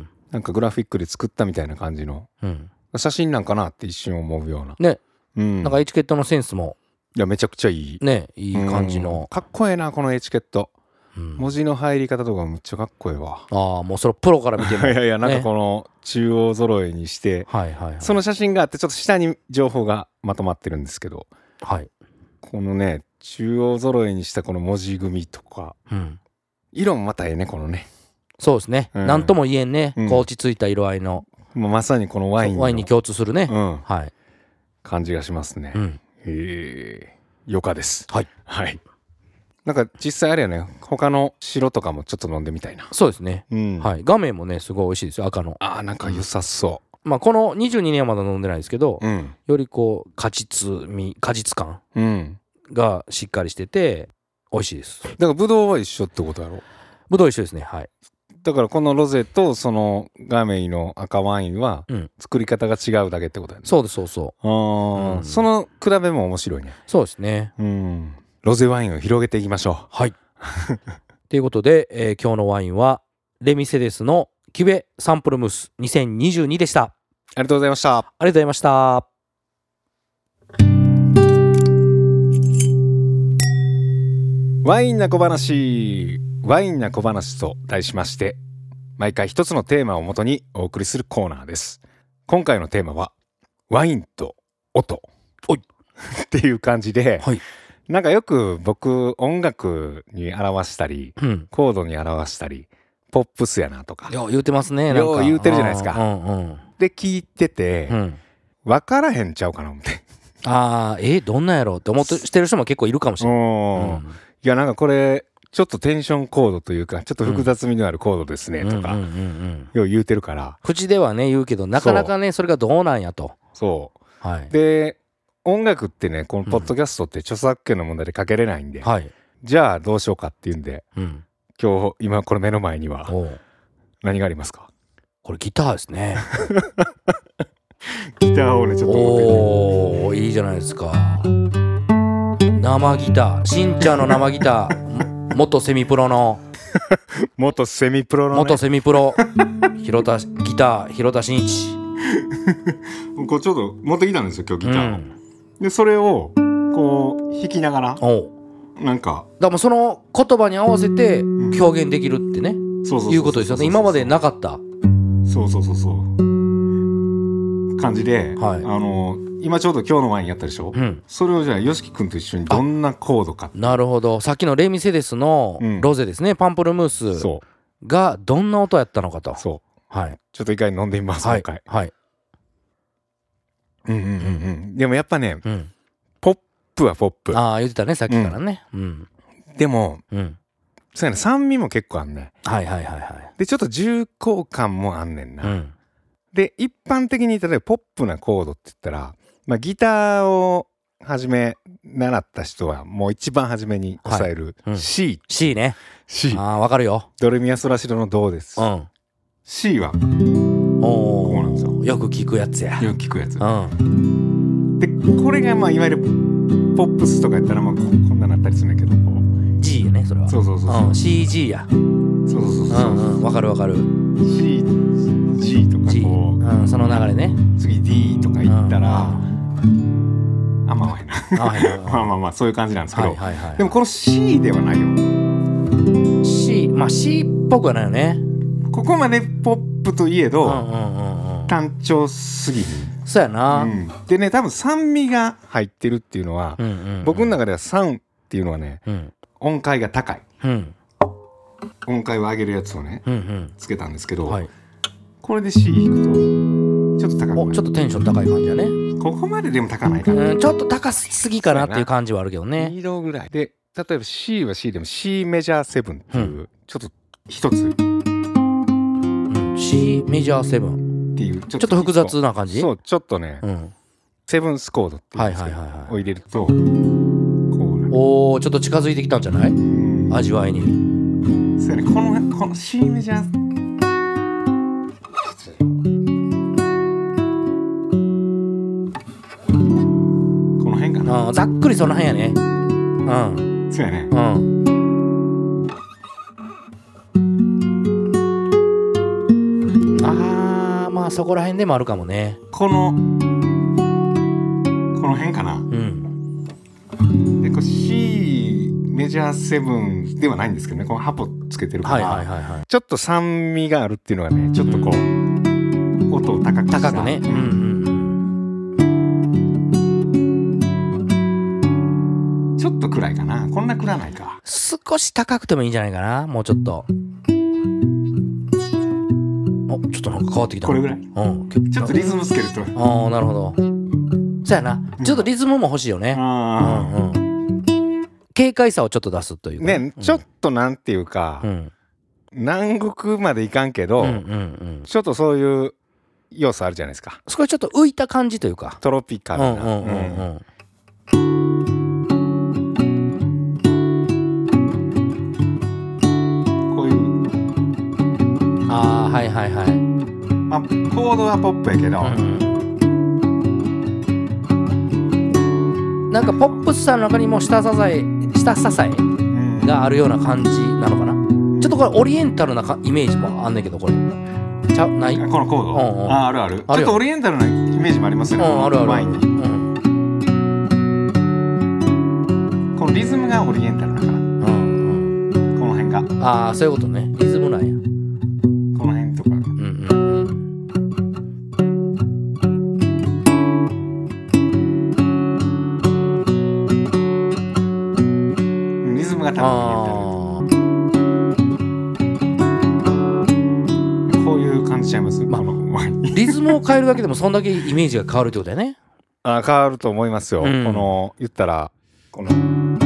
[SPEAKER 1] なんかグラフィックで作ったみたいな感じの、うん、写真なんかなって一瞬思うようなね、
[SPEAKER 2] うん、なんかエチケットのセンスも
[SPEAKER 1] いやめちゃくちゃいい
[SPEAKER 2] ねいい感じの、
[SPEAKER 1] かっこええなこのエチケット、うん、文字の入り方とかめっちゃかっこええわ。
[SPEAKER 2] ああもうそれプロから見ても
[SPEAKER 1] いやいやなんかこの中央揃えにして、ね、はいはいはい、その写真があってちょっと下に情報がまとまってるんですけど、はい、このね中央揃えにしたこの文字組みとか、うん、色もまたええねこのね。
[SPEAKER 2] そうですね、うん、なんとも言えんね、うん、こう落ち着いた色合いの
[SPEAKER 1] まさにこのワインの
[SPEAKER 2] ワインに共通するね、うん、
[SPEAKER 1] はい、感じがしますね、うん、へえよかです。はい、はい、なんか実際あれやね他の白とかもちょっと飲んでみたいな。
[SPEAKER 2] そうですね、うん、はい、画面もねすごい美味しいですよ赤の。
[SPEAKER 1] あーなんか良さそう、
[SPEAKER 2] うん、まあこのにじゅうにねんはまだ飲んでないですけど、うん、よりこう果実味果実感がしっかりしてて美味しいです。
[SPEAKER 1] だからブドウは一緒ってことやろ。
[SPEAKER 2] ブドウ一緒ですね。はい。
[SPEAKER 1] だからこのロゼとそのガメイの赤ワインは作り方が違うだけってことやね、うん、
[SPEAKER 2] そうですそうそう。
[SPEAKER 1] あ、うん、その比べも面白いね。
[SPEAKER 2] そうですね、
[SPEAKER 1] うん、ロゼワインを広げていきましょう。
[SPEAKER 2] はいということで、えー、今日のワインはレミセデスのキュベサンプルムースにせんにじゅうにでした。あ
[SPEAKER 1] りがとうございました。
[SPEAKER 2] ありがとうございました。
[SPEAKER 1] ワインな小話、ワインな小話と題しまして、毎回一つのテーマをもとにお送りするコーナーです。今回のテーマはワインと音おいっていう感じで、はい、なんかよく僕音楽に表したり、うん、コードに表したりポップスやなとか
[SPEAKER 2] よう言うてますね。
[SPEAKER 1] よう言うてるじゃないですか、うんうん、で聞いてて、うん、分からへんちゃうかな思って
[SPEAKER 2] あーえどんなんやろうって思ってしてる人も結構いるかもしれない、うん、
[SPEAKER 1] いやなんかこれちょっとテンションコードというかちょっと複雑味のあるコードですね、うん、とか、うんうんうん、よう言うてるから
[SPEAKER 2] 口ではね言うけどなかなかね そ, それがどうなんやと
[SPEAKER 1] そう、はい、で音楽ってねこのポッドキャストって著作権の問題でかけれないんで、うんはい、じゃあどうしようかっていうんで、うん、今日今この目の前には何がありますか？
[SPEAKER 2] これギターですね
[SPEAKER 1] ギターをねちょっと持ってきて
[SPEAKER 2] おーいいじゃないですか。生ギターしんちゃんの生ギター元セミプロの
[SPEAKER 1] 元セミプロの、ね、
[SPEAKER 2] 元セミプロ広田ギター広田真一
[SPEAKER 1] こうちょっと持ってきたんですよ今日ギターを、うん、でそれをこう弾きながらおなんか
[SPEAKER 2] だからその言葉に合わせて表現できるってね、うん、そうそうそうそういうことですよね。今までなかった
[SPEAKER 1] そうそうそうそう感じで、はい、あの今ちょうど今日のワインやったでしょ、うん、それをじゃあ YOSHIKI 君と一緒にどんなコードか
[SPEAKER 2] なるほど。さっきのレミセデスのロゼですね、うん、パンプルムースがどんな音やったのかと
[SPEAKER 1] そう、はい、ちょっと一回飲んでみます、はい、もう一回、はい、うんうんうんうん、でもやっぱね、うん、ポップはポップ
[SPEAKER 2] ああ言ってたねさっきからね、うんうん、
[SPEAKER 1] でも、うん、そうやね酸味も結構あんね
[SPEAKER 2] はいはいはいはい
[SPEAKER 1] でちょっと重厚感もあんねんな、うんで一般的に例えばポップなコードって言ったら、まあ、ギターをはじめ習った人はもう一番初めに押さえる C、はいうん、
[SPEAKER 2] C ね
[SPEAKER 1] C
[SPEAKER 2] あわかるよ
[SPEAKER 1] ドレミアソラシドのドです、うん、C はこうなんですよ。
[SPEAKER 2] よく聞くやつや
[SPEAKER 1] よく聞くやつ、うん、でこれがまあいわゆるポップスとかやったらまあ こ, こんななったりするんだけど
[SPEAKER 2] G やねそれは
[SPEAKER 1] そうそうそうそう、うん、
[SPEAKER 2] シージー や
[SPEAKER 1] そうそうそうそうわ、
[SPEAKER 2] うんうん、かるわかる
[SPEAKER 1] C G とかこう、
[SPEAKER 2] うん、その流れね
[SPEAKER 1] 次 D とかいったら、うん、あんまあまあまあまあまあそういう感じなんですけど、はいはいはい、でもこの C ではないよ
[SPEAKER 2] C まあ C っぽくはないよね。
[SPEAKER 1] ここまでポップといえど、うんうんうんうん、単調すぎる
[SPEAKER 2] そうやな、
[SPEAKER 1] うん、でね多分酸味が入ってるっていうのは、うんうんうん、僕の中では酸っていうのはね、うん、音階が高い、うん、音階を上げるやつをね、うんうん、つけたんですけど、はいこれで C 弾くとちょっと高くなる。
[SPEAKER 2] ちょっとテンション高い感じだね。
[SPEAKER 1] ここまででも高ないかな、
[SPEAKER 2] うん、ちょっと高すぎかなっていう感じはあるけどね。
[SPEAKER 1] にどぐらいで例えば C は C でも C メジャーセブンっていう、うん、ちょっと一つ、うん、
[SPEAKER 2] C メジャーセブン
[SPEAKER 1] っていう
[SPEAKER 2] ちょっと複雑な感じ。
[SPEAKER 1] そうちょっとね、うん、セブンスコードっていうんですけど、はいはいはいはい、を入れるとこうなる。
[SPEAKER 2] おおちょっと近づいてきたんじゃない、うん、味わいに。
[SPEAKER 1] そうやねこのこの C メジャー
[SPEAKER 2] うん、ざっくりその辺やね。うん
[SPEAKER 1] そうやねうん
[SPEAKER 2] あーまあそこら辺でもあるかもね。
[SPEAKER 1] このこの辺かな。うんでこれ C メジャーセブンではないんですけどねこのハポつけてるから、はいはいはいはい、ちょっと酸味があるっていうのがねちょっとこう、うん、音を高くした
[SPEAKER 2] 高くね、うんうん
[SPEAKER 1] ちょっと暗いかな。こんな暗ないか。
[SPEAKER 2] 少し高くてもいいんじゃないかな。もうちょっとおちょっとなんか変わってきた。
[SPEAKER 1] これぐらい、うん、ちょっとリズムつけると
[SPEAKER 2] ああなるほどそうやなちょっとリズムも欲しいよね、うんうんうん、軽快さをちょっと出すというか
[SPEAKER 1] ね、うん、ちょっとなんていうか、うん、南国までいかんけど、うんうんうん、ちょっとそういう要素あるじゃないですか。
[SPEAKER 2] そこちょっと浮いた感じというか
[SPEAKER 1] トロピカルな、うんうんうんうん
[SPEAKER 2] あはいはいはい、
[SPEAKER 1] まあ、コードはポップやけど、うん、
[SPEAKER 2] なんかポップスさの中にも下支え下支えがあるような感じなのかな、うん、ちょっとこれオリエンタルなイメージもあんねんけどこれちゃないこ
[SPEAKER 1] のコード、うんうん、あ, あるあるあるちょっとオリエンタルなイメージもありますよね、うん、あるあるある、うん、
[SPEAKER 2] こ
[SPEAKER 1] のリズムがオリエンタルだから、うん
[SPEAKER 2] ああそういうことね。リズムなんや。
[SPEAKER 1] この辺とか、うんうんうん、リズムが多分こういう感じちゃいます、まあ、この
[SPEAKER 2] リズムを変えるだけでもそんだけイメージが変わるってことだよね。
[SPEAKER 1] あ変わると思いますよ、うん、この言ったらこの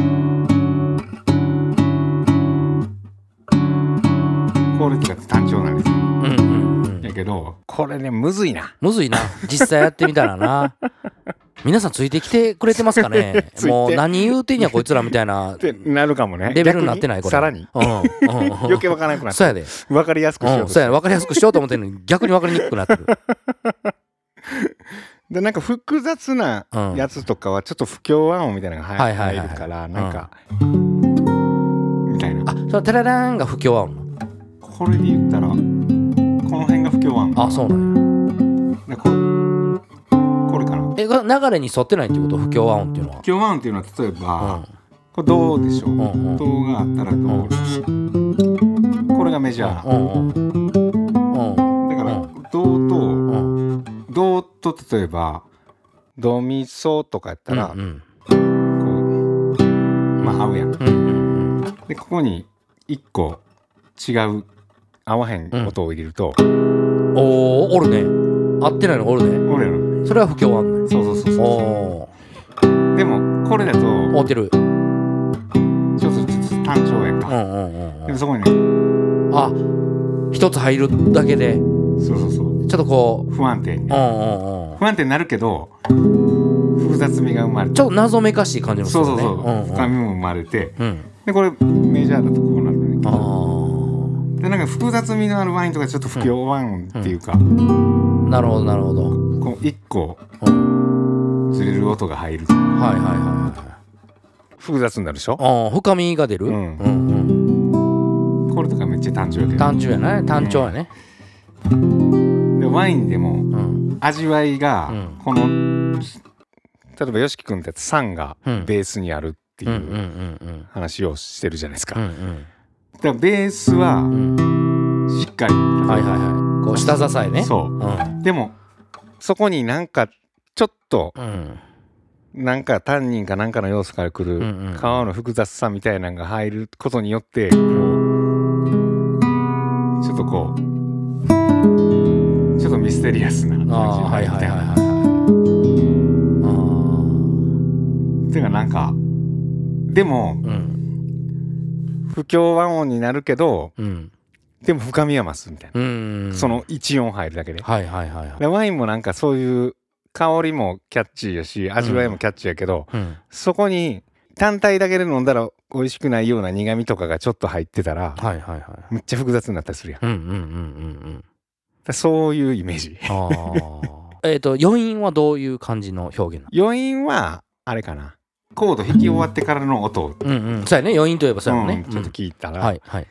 [SPEAKER 1] これとか単調なんですよ、うんうんうん、やけどこれねむずいな
[SPEAKER 2] むずいな実際やってみたらな皆さんついてきてくれてますかねもう何言うてんやこいつらみたいな
[SPEAKER 1] ってなるかもね
[SPEAKER 2] レベルになってないこれ
[SPEAKER 1] さらに、うんうん、余計分からなくなって
[SPEAKER 2] そうやで
[SPEAKER 1] 分かりやすくしようとして、うん、
[SPEAKER 2] そうや分かりやすくしようと思ってるのに逆に分かりにくくなってる
[SPEAKER 1] でなんか複雑なやつとかはちょっと不協和音みたいなのが入るからなんか、うん、みたいな
[SPEAKER 2] あそのテララーンが不協和音
[SPEAKER 1] これで言ったらこの辺が不協和音
[SPEAKER 2] あそうなんや
[SPEAKER 1] でこれこれかな
[SPEAKER 2] え流れに沿ってないってこと不協和音っていうのは
[SPEAKER 1] 不協和音っていうのは例えば、うん、これドでしょ、うんうん、ドがあったらド、うん、これがメジャー、うんうん、だからドと、うんドと例えばドミソとかやったら、うんうん、こうまあ合うやん、うんうん、でここに一個違う合わへん音を入れると、うん、
[SPEAKER 2] おーおるね合ってないのおるね
[SPEAKER 1] おるやろ
[SPEAKER 2] それは不協和音ね
[SPEAKER 1] そうそうそうそうでもこれだと
[SPEAKER 2] 合ってる
[SPEAKER 1] ちょっと単調やんか、うんうんうん、でもそこにね
[SPEAKER 2] あ一つ入るだけで
[SPEAKER 1] そうそうそう
[SPEAKER 2] ちょっとこう
[SPEAKER 1] 不安定になる、うんうんうん、不安定になるけど複雑味が生まれて
[SPEAKER 2] ちょっと謎めかしい感じの、ね、
[SPEAKER 1] そうそうそう、うんうん、深みも生まれて、うん、でこれメジャーだとこうなるんだけどでなんか複雑味のあるワインとかちょっと不協和音っていうか、うん
[SPEAKER 2] うん、なるほどなるほど
[SPEAKER 1] こう一個ずれる音が入るとか、
[SPEAKER 2] はいはいはいはい
[SPEAKER 1] 複雑になるでしょ
[SPEAKER 2] あ深みが出る、うんうん
[SPEAKER 1] うん、これとかめっちゃ単調やけど
[SPEAKER 2] 単調やね単調やね、
[SPEAKER 1] うんでワインでも味わいがこの、うん、例えばよしき君ってやつ酸がベースにあるっていう話をしてるじゃないですか、うんうん、だからベースはしっかり、うん、
[SPEAKER 2] はいはいはいこう下支えね
[SPEAKER 1] そう、うん、でもそこになんかちょっと、うん、なんかタンニンかなんかの要素からくる皮の複雑さみたいなのが入ることによってこうちょっとこうちょっとミステリアスな感じになるみたいな。ていうかなんかでも、うん、不協和音になるけど、うん、でも深みは増すみたいな、うん、そのいち音入るだけで、はいはいはいはい、でワインもなんかそういう香りもキャッチーやし味わいもキャッチーやけど、うん、そこに単体だけで飲んだら美味しくないような苦味とかがちょっと入ってたら、はいはいはい、めっちゃ複雑になったりするやん。うんうんうんうんうんそういうイメージあ
[SPEAKER 2] えっと余韻はどういう感じの表現な
[SPEAKER 1] の？余韻はあれかなコード弾き終わってからの音、
[SPEAKER 2] うんうん、そうやね余韻といえばそうやね、
[SPEAKER 1] うん、ちょっと聞いたら、うん、はいはい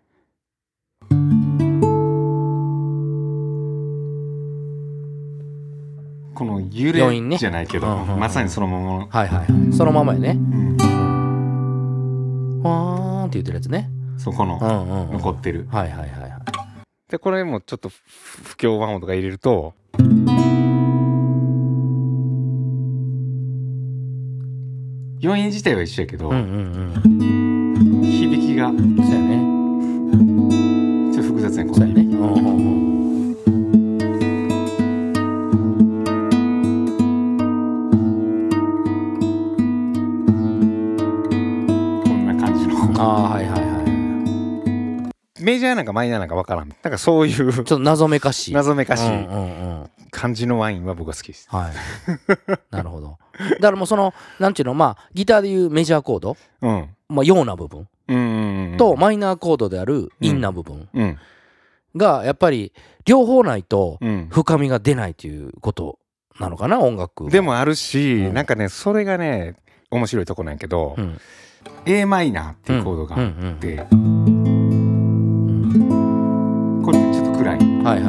[SPEAKER 1] この揺れじゃないけど、ねうんうんうん、まさにそのまま
[SPEAKER 2] はいはいはいそのままやね、うんうん、わーんって言ってるやつね
[SPEAKER 1] そこの、うんうんうん、残ってる
[SPEAKER 2] はいはいはいはい
[SPEAKER 1] でこれもちょっと不協和音とか入れると余韻自体は一緒やけど、うんうんうん、響きがそうやねちょっと複雑やねこれね、うんうんうん、こんな感じの
[SPEAKER 2] あはいはいはい
[SPEAKER 1] メジャーなんかマイナーなんか分からんなんかそういうちょっ
[SPEAKER 2] と謎めかしい
[SPEAKER 1] 謎めかしい感じのワインは僕は好きです、
[SPEAKER 2] はいなるほどだからもうそのなんていうのまあギターでいうメジャーコード、うんまあ、陽な部分、うんうんうん、とマイナーコードである陰な部分がやっぱり両方ないと深みが出ないということなのかな音楽
[SPEAKER 1] でもあるし、うん、なんかねそれがね面白いとこなんやけど、うん、A マイナーっていうコードがあって、うんうんうんこれちょっと暗いはいはい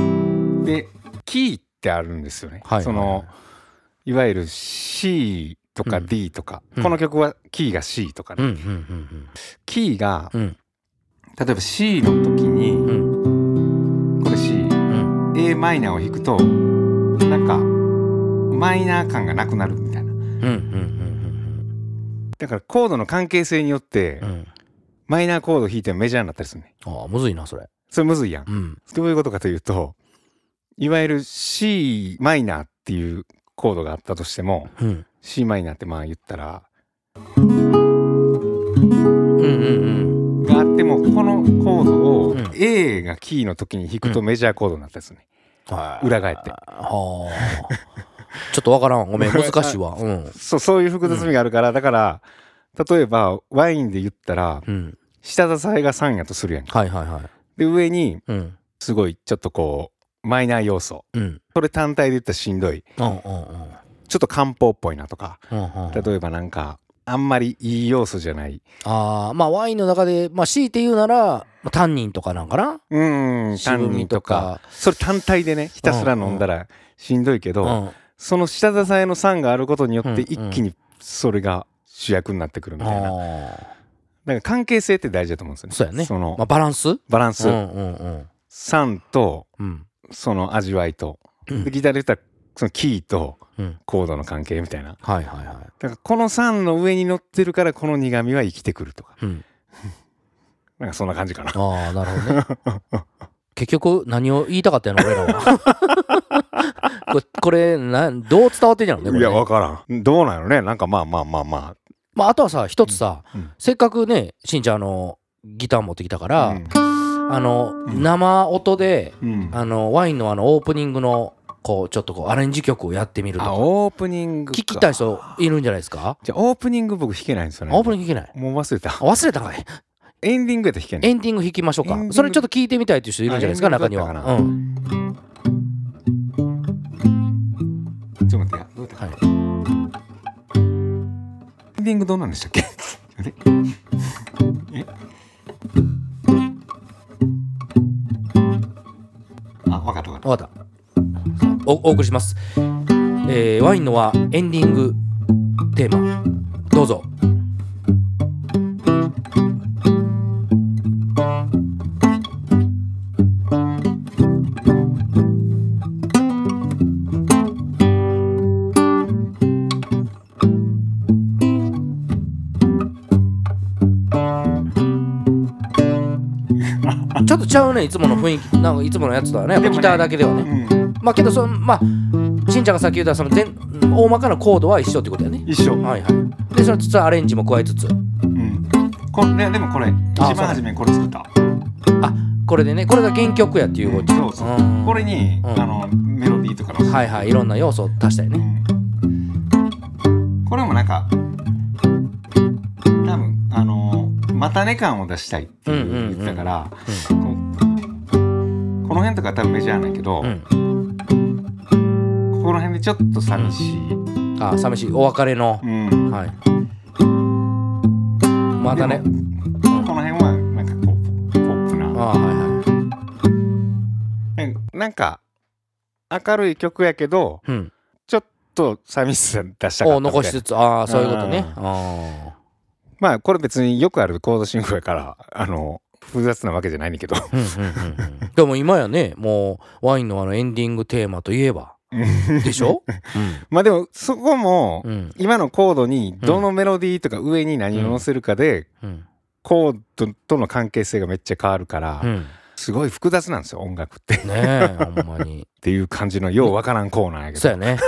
[SPEAKER 1] はいでキーってあるんですよね、はいはいはい、そのいわゆる C とか D とか、うん、この曲はキーが C とかね、うんうんうんうん、キーが、うん、例えば C の時に、うん、これ C、うん、A マイナーを弾くとなんかマイナー感がなくなるみたいな、うんうんうんうん、だからコードの関係性によって、うん、マイナーコード弾いてもメジャーになったりするね。
[SPEAKER 2] ああむずいなそれ。
[SPEAKER 1] それむずいやん、うん、どういうことかというと、いわゆる C マイナーっていうコードがあったとしても、うん、C マイナーってまあ言ったらうんうんうんがあっても、このコードを A がキーの時に弾くとメジャーコードになったりするね、うん、裏返って。はあ
[SPEAKER 2] ちょっとわからん、ごめん難しいわ、うん、
[SPEAKER 1] そうそういう複雑味があるから、だから例えばワインで言ったら、うん、下支えがさんやとするやんか、はいはいはい、で上にすごいちょっとこうマイナー要素、うん、それ単体で言ったらしんどい、うんうんうん、ちょっと漢方っぽいなとか、うんうん、例えばなんかあんまりいい要素じゃない、
[SPEAKER 2] あまあワインの中で、まあ、強いて言うならタンニンとかなんかな、
[SPEAKER 1] うんタンニンとかそれ単体でねひたすら飲んだらしんどいけど、うんうん、その下支えの酸があることによって一気にそれが主役になってくるみたいな、うんうん、だから関係性って大事だと思うんですよね。
[SPEAKER 2] そうやね、その、まあ、バランス
[SPEAKER 1] バランス、うんうんうん、酸と、うん、その味わいと、うん、でギターで言ったらそのキーとコードの関係みたいな、うん、はいはいはい、だからこの酸の上に乗ってるからこの苦味は生きてくるとか、うん、なんかそんな感じかな。
[SPEAKER 2] ああなるほどね結局何を言いたかったんやろ俺らはこれ、これなどう伝わってんやろねこれね。
[SPEAKER 1] いや分からん、どうなんやろね。なんかまあまあまあまあ
[SPEAKER 2] まああとはさ一つさ、うんうん、せっかくねしんちゃんあのギター持ってきたから、うん、あの、うん、生音で、うん、あのワインのあのオープニングのこうちょっとこうアレンジ曲をやってみるとか。あ
[SPEAKER 1] オープニング
[SPEAKER 2] 聞きたい人いるんじゃないですか。
[SPEAKER 1] じゃあオープニング僕弾けないんですよね。
[SPEAKER 2] オープニング弾けない。
[SPEAKER 1] もう忘れた。
[SPEAKER 2] 忘れたかい。
[SPEAKER 1] エンディングやったら弾けない。
[SPEAKER 2] エンディング弾きましょうか。それちょっと聞いてみたいっていう人いるんじゃないですか中には。うん。
[SPEAKER 1] ちょっと待ってや。どうやったかな。はい、エンディングどうなんでしたっけ。え？あ、わかったわかった。
[SPEAKER 2] わかった。お, お送りします、えー、ワインのはエンディングテーマどうぞ。ちょっとちゃうねいつもの雰囲気なんかいつものやつとはね、ギターだけではね、うん、まあけどそのまあしんちゃんがさっき言ったその全大まかなコードは一緒ってことだよね。
[SPEAKER 1] 一緒。
[SPEAKER 2] はいはい。でそのつつアレンジも加えつつ、うん、
[SPEAKER 1] これでもこれ一番初めにこれ作った。
[SPEAKER 2] あこれでねこれが原曲やっていうこと、
[SPEAKER 1] うん、そうそう、うん、これに、うん、あのメロディーとかの
[SPEAKER 2] はいはいいろんな要素を足したよね、
[SPEAKER 1] うん、これもなんか多分あのまたね感を出したいって言ったから、うんうんうん、この辺とか多分メジャーないけど、うん、この辺でちょっと寂しい、
[SPEAKER 2] うん、あ寂しいお別れの、うん、はいまたね、うん、
[SPEAKER 1] この辺はなんかこうポップなあはいはいなんか明るい曲やけど、うん、ちょっと寂しさ出したかった
[SPEAKER 2] お残しつつああそういうことね。あ
[SPEAKER 1] まあこれ別によくあるコード進行やからあの複雑なわけじゃないねんけど
[SPEAKER 2] でも今やねもうワインのあのエンディングテーマといえばでしょ、うん、
[SPEAKER 1] まあでもそこも、うん、今のコードにどのメロディーとか上に何を乗せるかで、うん、コードとの関係性がめっちゃ変わるから、うん、すごい複雑なんですよ音楽って
[SPEAKER 2] ねえほんまに
[SPEAKER 1] っていう感じのようわからんコーナーやけど
[SPEAKER 2] そうやね、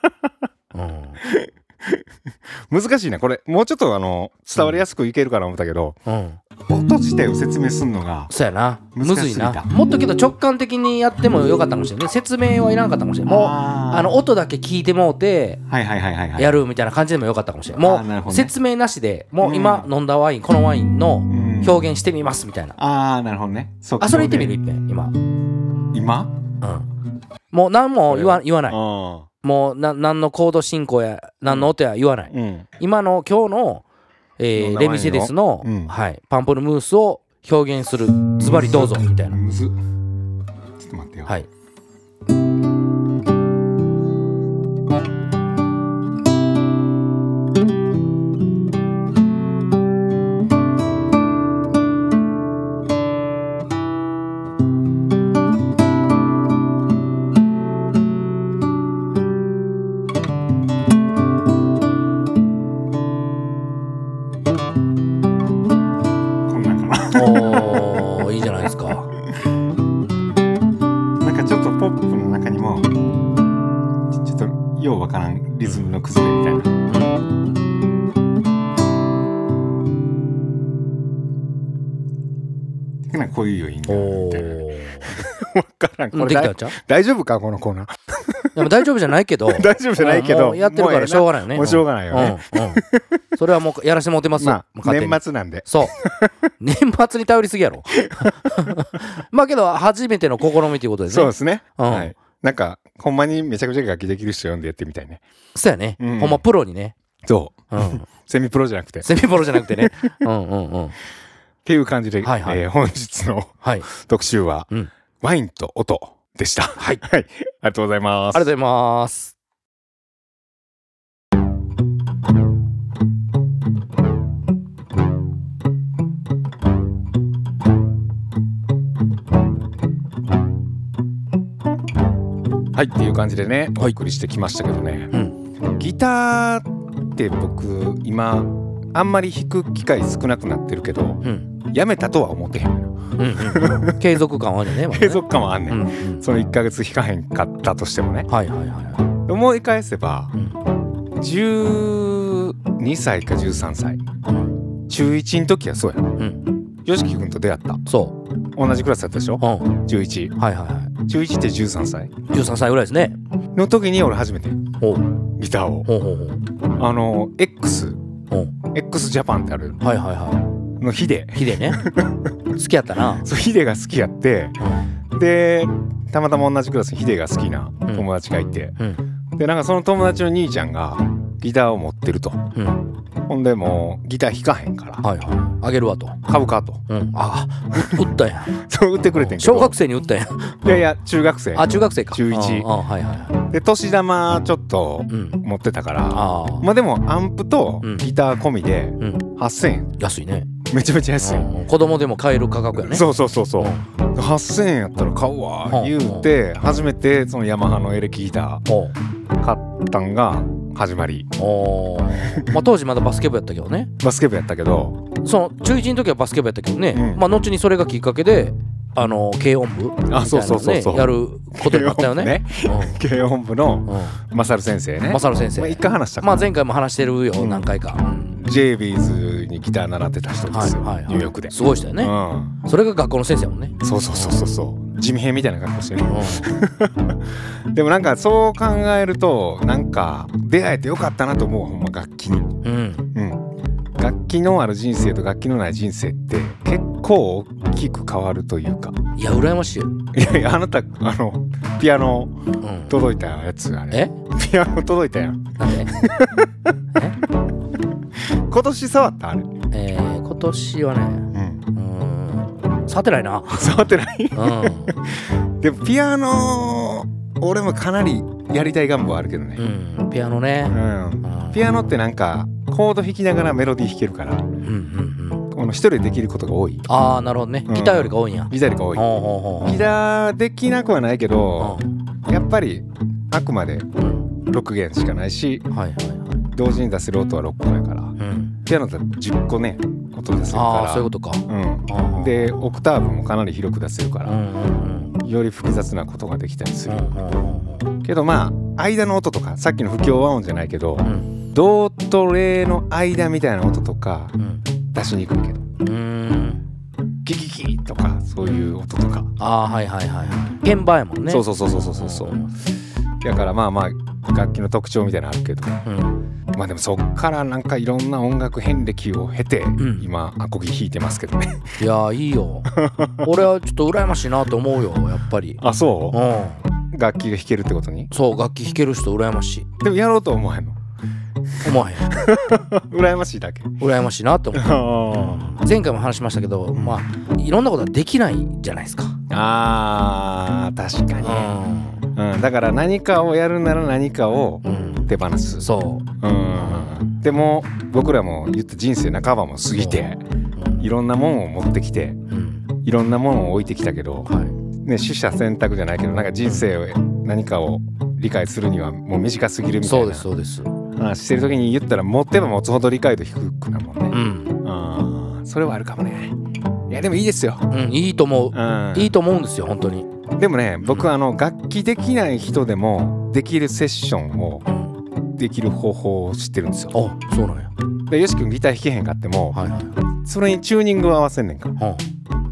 [SPEAKER 1] うん、難しいねこれもうちょっとあの伝わりやすくいけるかな思ったけど、うん、音自体を説明するのが
[SPEAKER 2] そうやなむずいな。もっとけど直感的にやってもよかったかもしれないね。説明はいらんかったかもしれない。もう あ, あの音だけ聞いてもうてやるみたいな感じでもよかったかもしれない。もう説明なしでもう今飲んだワインこのワインの表現してみますみたいな。
[SPEAKER 1] ああなるほどね。
[SPEAKER 2] そあそれ言ってみるいっぺん今
[SPEAKER 1] 今、うん
[SPEAKER 2] ん、もう何も言わ言わない。もうな何のコード進行や何の音や言わない、うん、今の今日の、えー、レミセデスの、うんはい、パンプルムースを表現するズバリどうぞみたいな。
[SPEAKER 1] むずちょっと待ってよ。
[SPEAKER 2] はい
[SPEAKER 1] なんかこういう余韻がみたいな分からんこれ
[SPEAKER 2] できたんちゃう
[SPEAKER 1] 大丈夫かこのコーナー
[SPEAKER 2] でも大丈夫じゃないけど
[SPEAKER 1] 大丈夫じゃないけど
[SPEAKER 2] やってるからしょうがないよね
[SPEAKER 1] もうしょうがないよね、
[SPEAKER 2] うんうん、それはもうやらせてもらってます、
[SPEAKER 1] まあ、年末なんで
[SPEAKER 2] そう年末に頼りすぎやろまあけど初めての試みということですね。
[SPEAKER 1] そうですね、
[SPEAKER 2] うん、
[SPEAKER 1] はい、なんかほんまにめちゃくちゃ楽器できる人呼んでやってみたいね。
[SPEAKER 2] そうやね、うん、ほんまプロにね。
[SPEAKER 1] そう、うん、セミプロじゃなくて
[SPEAKER 2] セミプロじゃなくてねうんうんうん
[SPEAKER 1] っていう感じで、はいはい、えー、本日の、はい、特集は、うん、ワインと音でした。はい、はい、ありがとうございます。
[SPEAKER 2] ありがとうございます。
[SPEAKER 1] はいっていう感じでねお送りしてきましたけどね、うん、ギターって僕今あんまり弾く機会少なくなってるけど、うん、やめたとは思ってへんのよ、
[SPEAKER 2] うんうん、継続感はあんねんね、
[SPEAKER 1] 継続感はあんねん、うんうん、そのいっかげつ弾かへんかったとしてもね、はいはいはい、思い返せば、うん、じゅうにさいかじゅうさんさい、うん、ちゅういちの時はそうや、うん、よしき君と出会った。そう同じクラスだったでしょ、うん、じゅういち、はいはいはい、じゅういちってじゅうさんさい
[SPEAKER 2] じゅうさんさいぐらいですね
[SPEAKER 1] の時に俺初めてギターをほうほうほうあの X X ジャパンってある、はいはいはいのヒデ
[SPEAKER 2] ヒデね好きやったな
[SPEAKER 1] そうヒデが好きやって、うん、でたまたま同じクラスにヒデが好きな友達がいて、うんうん、でなんかその友達の兄ちゃんがギターを持ってると、うん、ほんでもうギター弾かへんから、はいはい、
[SPEAKER 2] あげるわと
[SPEAKER 1] 買うかと、
[SPEAKER 2] うん、あ売ったやん
[SPEAKER 1] そう売ってくれてんけど
[SPEAKER 2] 小学生に売ったやん
[SPEAKER 1] いやいや中学生
[SPEAKER 2] あ中学生か
[SPEAKER 1] 中いち、
[SPEAKER 2] ああ、はいはいはい、
[SPEAKER 1] で年玉ちょっと持ってたから、うん、あまあでもアンプとギター込みではっせんえん、うん、
[SPEAKER 2] 安いね
[SPEAKER 1] めちゃめちゃ安い、
[SPEAKER 2] うん、子供でも買える価格やね
[SPEAKER 1] そうそうそうそう、うん、はっせんえんやったら買うわ言うて初めてそのヤマハのエレキギター買ったんが始まり
[SPEAKER 2] おまあ当時まだバスケ部やったけどね
[SPEAKER 1] バスケ部やったけど
[SPEAKER 2] その中いちの時はバスケ部やったけどね、うん、まあ後にそれがきっかけであの軽音部みたいなのねやることになったよね
[SPEAKER 1] 軽音部のマサル先生ね
[SPEAKER 2] マサル先生、
[SPEAKER 1] まあ、一回話した
[SPEAKER 2] まあ前回も話してるよ、うん、何回か、うん、
[SPEAKER 1] ジェイビーズにギター習ってた人ですよ、はいはいはい、ニューヨークです
[SPEAKER 2] ごい人よね、うん、それが学校の先生もんね
[SPEAKER 1] そうそうそうそうそう地味編みたいな格好してる、うん、でもなんかそう考えるとなんか出会えてよかったなと思うほんま楽器に、うんうん、楽器のある人生と楽器のない人生って結構大きく変わるというか
[SPEAKER 2] いや羨ましいよ
[SPEAKER 1] いやいやあなたあのピアノ届いたやつ、うん、あれえピアノ届いたやんなんでえ今年触ったあれ
[SPEAKER 2] えー、今年はねうん触ってないな
[SPEAKER 1] 触ってない、うん、でもピアノ俺もかなりやりたい願望あるけどね、
[SPEAKER 2] うん、ピアノね、うん
[SPEAKER 1] うん、ピアノってなんかコード弾きながらメロディー弾けるから、うんうんうん、この一人でできることが多い。
[SPEAKER 2] ああなるほどね、ギターよりが多いんや。
[SPEAKER 1] ギターよりが多い。ほうほうほうギターできなくはないけど、うん、やっぱりあくまでろく弦しかないし、うんはいはいはい、同時に出せる音はろっこやから、うん、ピアノだとじゅっこね音出せるから。
[SPEAKER 2] あそういうことか、
[SPEAKER 1] うん、でオクターブもかなり広く出せるから、うんうんうん、より複雑なことができたりする、うんうんうん、けどまあ間の音とかさっきの不協和音じゃないけど、うん、ドとレの間みたいな音とか、うん、出しにくいけどうーんギギギとかそういう音とか
[SPEAKER 2] ああはいはいはい鍵盤やもんね。
[SPEAKER 1] そうそうそうそうそうそう、うん、だからまあまあ楽器の特徴みたいなのあるけど、うん、まあでもそっからなんかいろんな音楽遍歴を経て、うん、今アコギ弾いてますけどね。
[SPEAKER 2] いやいいよ俺はちょっと羨ましいなと思うよやっぱり。
[SPEAKER 1] あそう、うん、楽器が弾けるってことに。
[SPEAKER 2] そう楽器弾ける人羨ましい。
[SPEAKER 1] でもやろうと思わへんの。
[SPEAKER 2] 思わへん
[SPEAKER 1] 羨ましいだけ。
[SPEAKER 2] 羨ましいなって思う、うん、前回も話しましたけど、まあいろんなことはできないじゃないですか。
[SPEAKER 1] あー確かに、うんうん、だから何かをやるなら何かを手放す、うん、そう、うん、でも僕らも言った人生半ばも過ぎて、うん、いろんなものを持ってきて、うん、いろんなものを置いてきたけど、はいね、取捨選択じゃないけどなんか人生を何かを理解するにはもう短すぎるみたいな。
[SPEAKER 2] そうですそうです。
[SPEAKER 1] 話してる時に言ったら持ってば持つほど理解度低くなるもんね、うん、あそれはあるかもね。いやでもいいですよ、
[SPEAKER 2] うん、いいと思う、うん、いいと思うんですよ本当に。
[SPEAKER 1] でもね僕はあの楽器できない人でもできるセッションをできる方法を知ってるんですよ。
[SPEAKER 2] あそうなんや。
[SPEAKER 1] でよし君ギター弾けへんかっても、はいはい、それにチューニングを合わせんねんか、うん、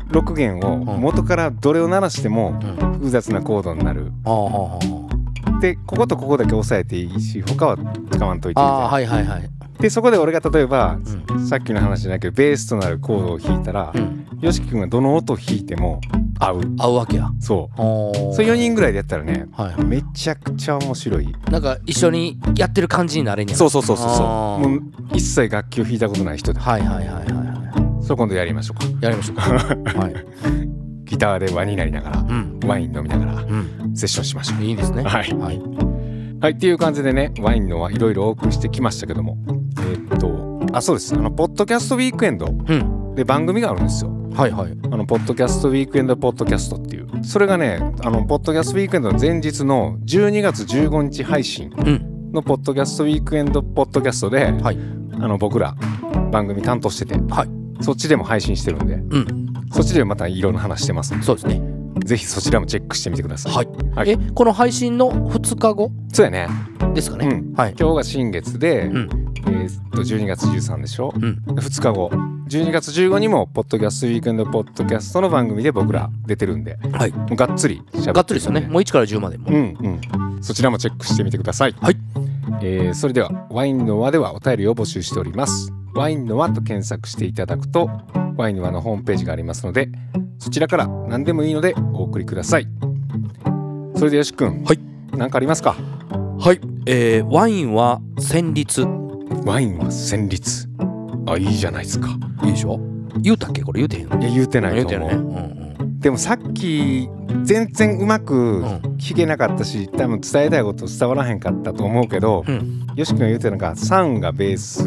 [SPEAKER 1] ろくげんを元からどれを鳴らしても複雑なコードになる、うん、でこことここだけ押さえていいし他は使わんといてみたいな。
[SPEAKER 2] あ、はいはいはい。
[SPEAKER 1] でそこで俺が例えば、うん、さっきの話じゃないけどベースとなるコードを弾いたら、うん、よしきくんがどの音を弾いても合う
[SPEAKER 2] 合うわけや。
[SPEAKER 1] そうそれよにんぐらいでやったらね、はいはい、めちゃくちゃ面白い。
[SPEAKER 2] なんか一緒にやってる感じになれんや。
[SPEAKER 1] そうそうそうそうそう。もう一切楽器を弾いたことない人で、
[SPEAKER 2] はいはいはいはいはい。
[SPEAKER 1] それ今度やりましょうか。
[SPEAKER 2] やりましょうか。はい。
[SPEAKER 1] ギターで輪になりながら、うん、ワイン飲みながら、うん、セッションしましょう。
[SPEAKER 2] いいですね。
[SPEAKER 1] はいはい、はい、っていう感じでねワインのはいろいろお送りしてきましたけども、えー、っとあそうですあのポッドキャストウィークエンドで番組があるんですよ。
[SPEAKER 2] はいはい。
[SPEAKER 1] あのポッドキャストウィークエンドポッドキャストっていうそれがねあのポッドキャストウィークエンドの前日のじゅうにがつじゅうごにち配信のポッドキャストウィークエンドポッドキャストで、はい、あの僕ら番組担当してて、はい、そっちでも配信してるんで、うん、そっちでまたいろんな話してますんで。
[SPEAKER 2] そうですね。
[SPEAKER 1] ぜひそちらもチェックしてみてください。はい。
[SPEAKER 2] はい、えこの配信のふつかご
[SPEAKER 1] そうやね
[SPEAKER 2] ですかね、
[SPEAKER 1] うんはい、今日が新月で、うんえー、っとじゅうにがつじゅうさんでしょ、うん、ふつかごじゅうにがつじゅうごにもポッドキャストウィークエンドポッドキャストの番組で僕ら出てるんで、はい、もうがっつり喋ってるんで
[SPEAKER 2] がっつりですよね。もういちからじゅうまでも、うん
[SPEAKER 1] うん、そちらもチェックしてみてください。はい、えー、それではワインの輪ではお便りを募集しております。ワインの輪と検索していただくとワインの輪のホームページがありますのでそちらから何でもいいのでお送りください。それでよしくん、はい、何かありますか？
[SPEAKER 2] はい、えー、ワインは旋律。
[SPEAKER 1] ワインは旋律。あ、いいじゃないですか。
[SPEAKER 2] いいでしょ。言うたっけこれ言うてへんの？
[SPEAKER 1] いや言うてないと思う。ねうんうん、でもさっき全然うまく弾けなかったし、多分伝えたいこと伝わらへんかったと思うけど、うん、よしくんが言うてるのがさんがベース、うん、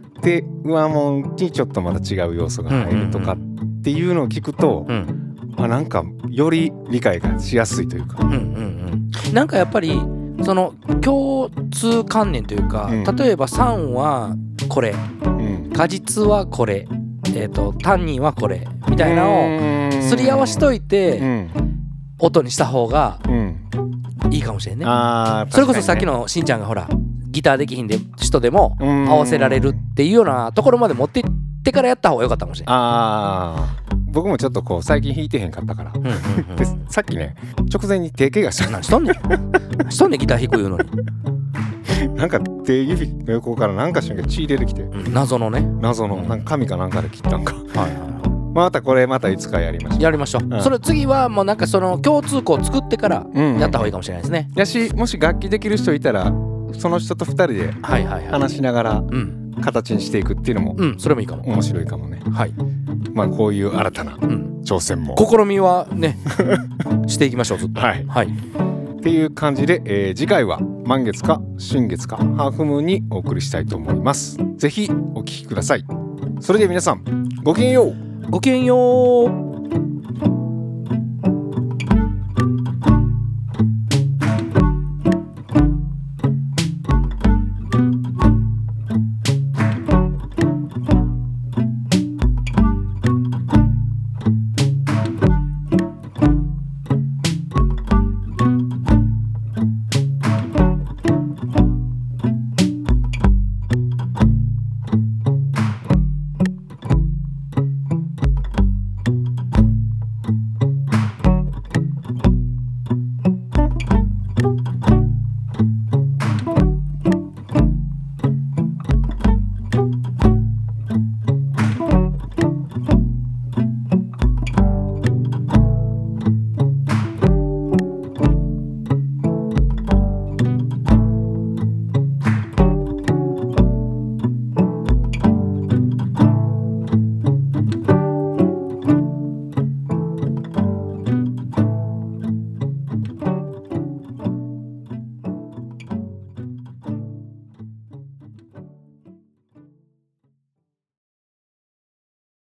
[SPEAKER 1] で上門にちょっとまた違う要素が入るとかっていうのを聞くと、うん、まあ、なんかより理解がしやすいというか、うんうん
[SPEAKER 2] うん、なんかやっぱりその共通観念というか、うん、例えばさんはこれ、うん、果実はこれ、えーと、タンニンはこれみたいなのをすり合わしといて、うん、音にした方がいいかもしれんね、うんあね。それこそさっきのしんちゃんがほらギターできひんで人でも合わせられるっていうようなところまで持っていってからやった方が良かったかもしれない。
[SPEAKER 1] あ僕もちょっとこう最近弾いてへんかったから、うんうんうん、でさっきね直前に手怪我した。
[SPEAKER 2] 何しとんねんしとんねんギター弾く言うのに
[SPEAKER 1] なんか手指の横からなんかしんが血出てきて、
[SPEAKER 2] うん、謎のね
[SPEAKER 1] 謎の、うん、なんか紙かなんかで切ったんか、はいはいはい、またこれまたいつかやりましょう
[SPEAKER 2] やりましょう、うん、それ次はもうなんかその共通項を作ってからやった方がいいかもしれないですね、うんうん、
[SPEAKER 1] やしもし楽器できる人いたらその人とふたりで話しながら形にしていくっていうのも、
[SPEAKER 2] うん、それもいいかも
[SPEAKER 1] 面白いかもね。はい。まあこういう新たな挑戦も、
[SPEAKER 2] うん、試みはねしていきましょうずっと。はい。はい。
[SPEAKER 1] っていう感じで、えー、次回は満月か新月かハーフムーンにお送りしたいと思います。ぜひお聞きください。それでは皆さんごきげんよう。
[SPEAKER 2] ごきげんよう。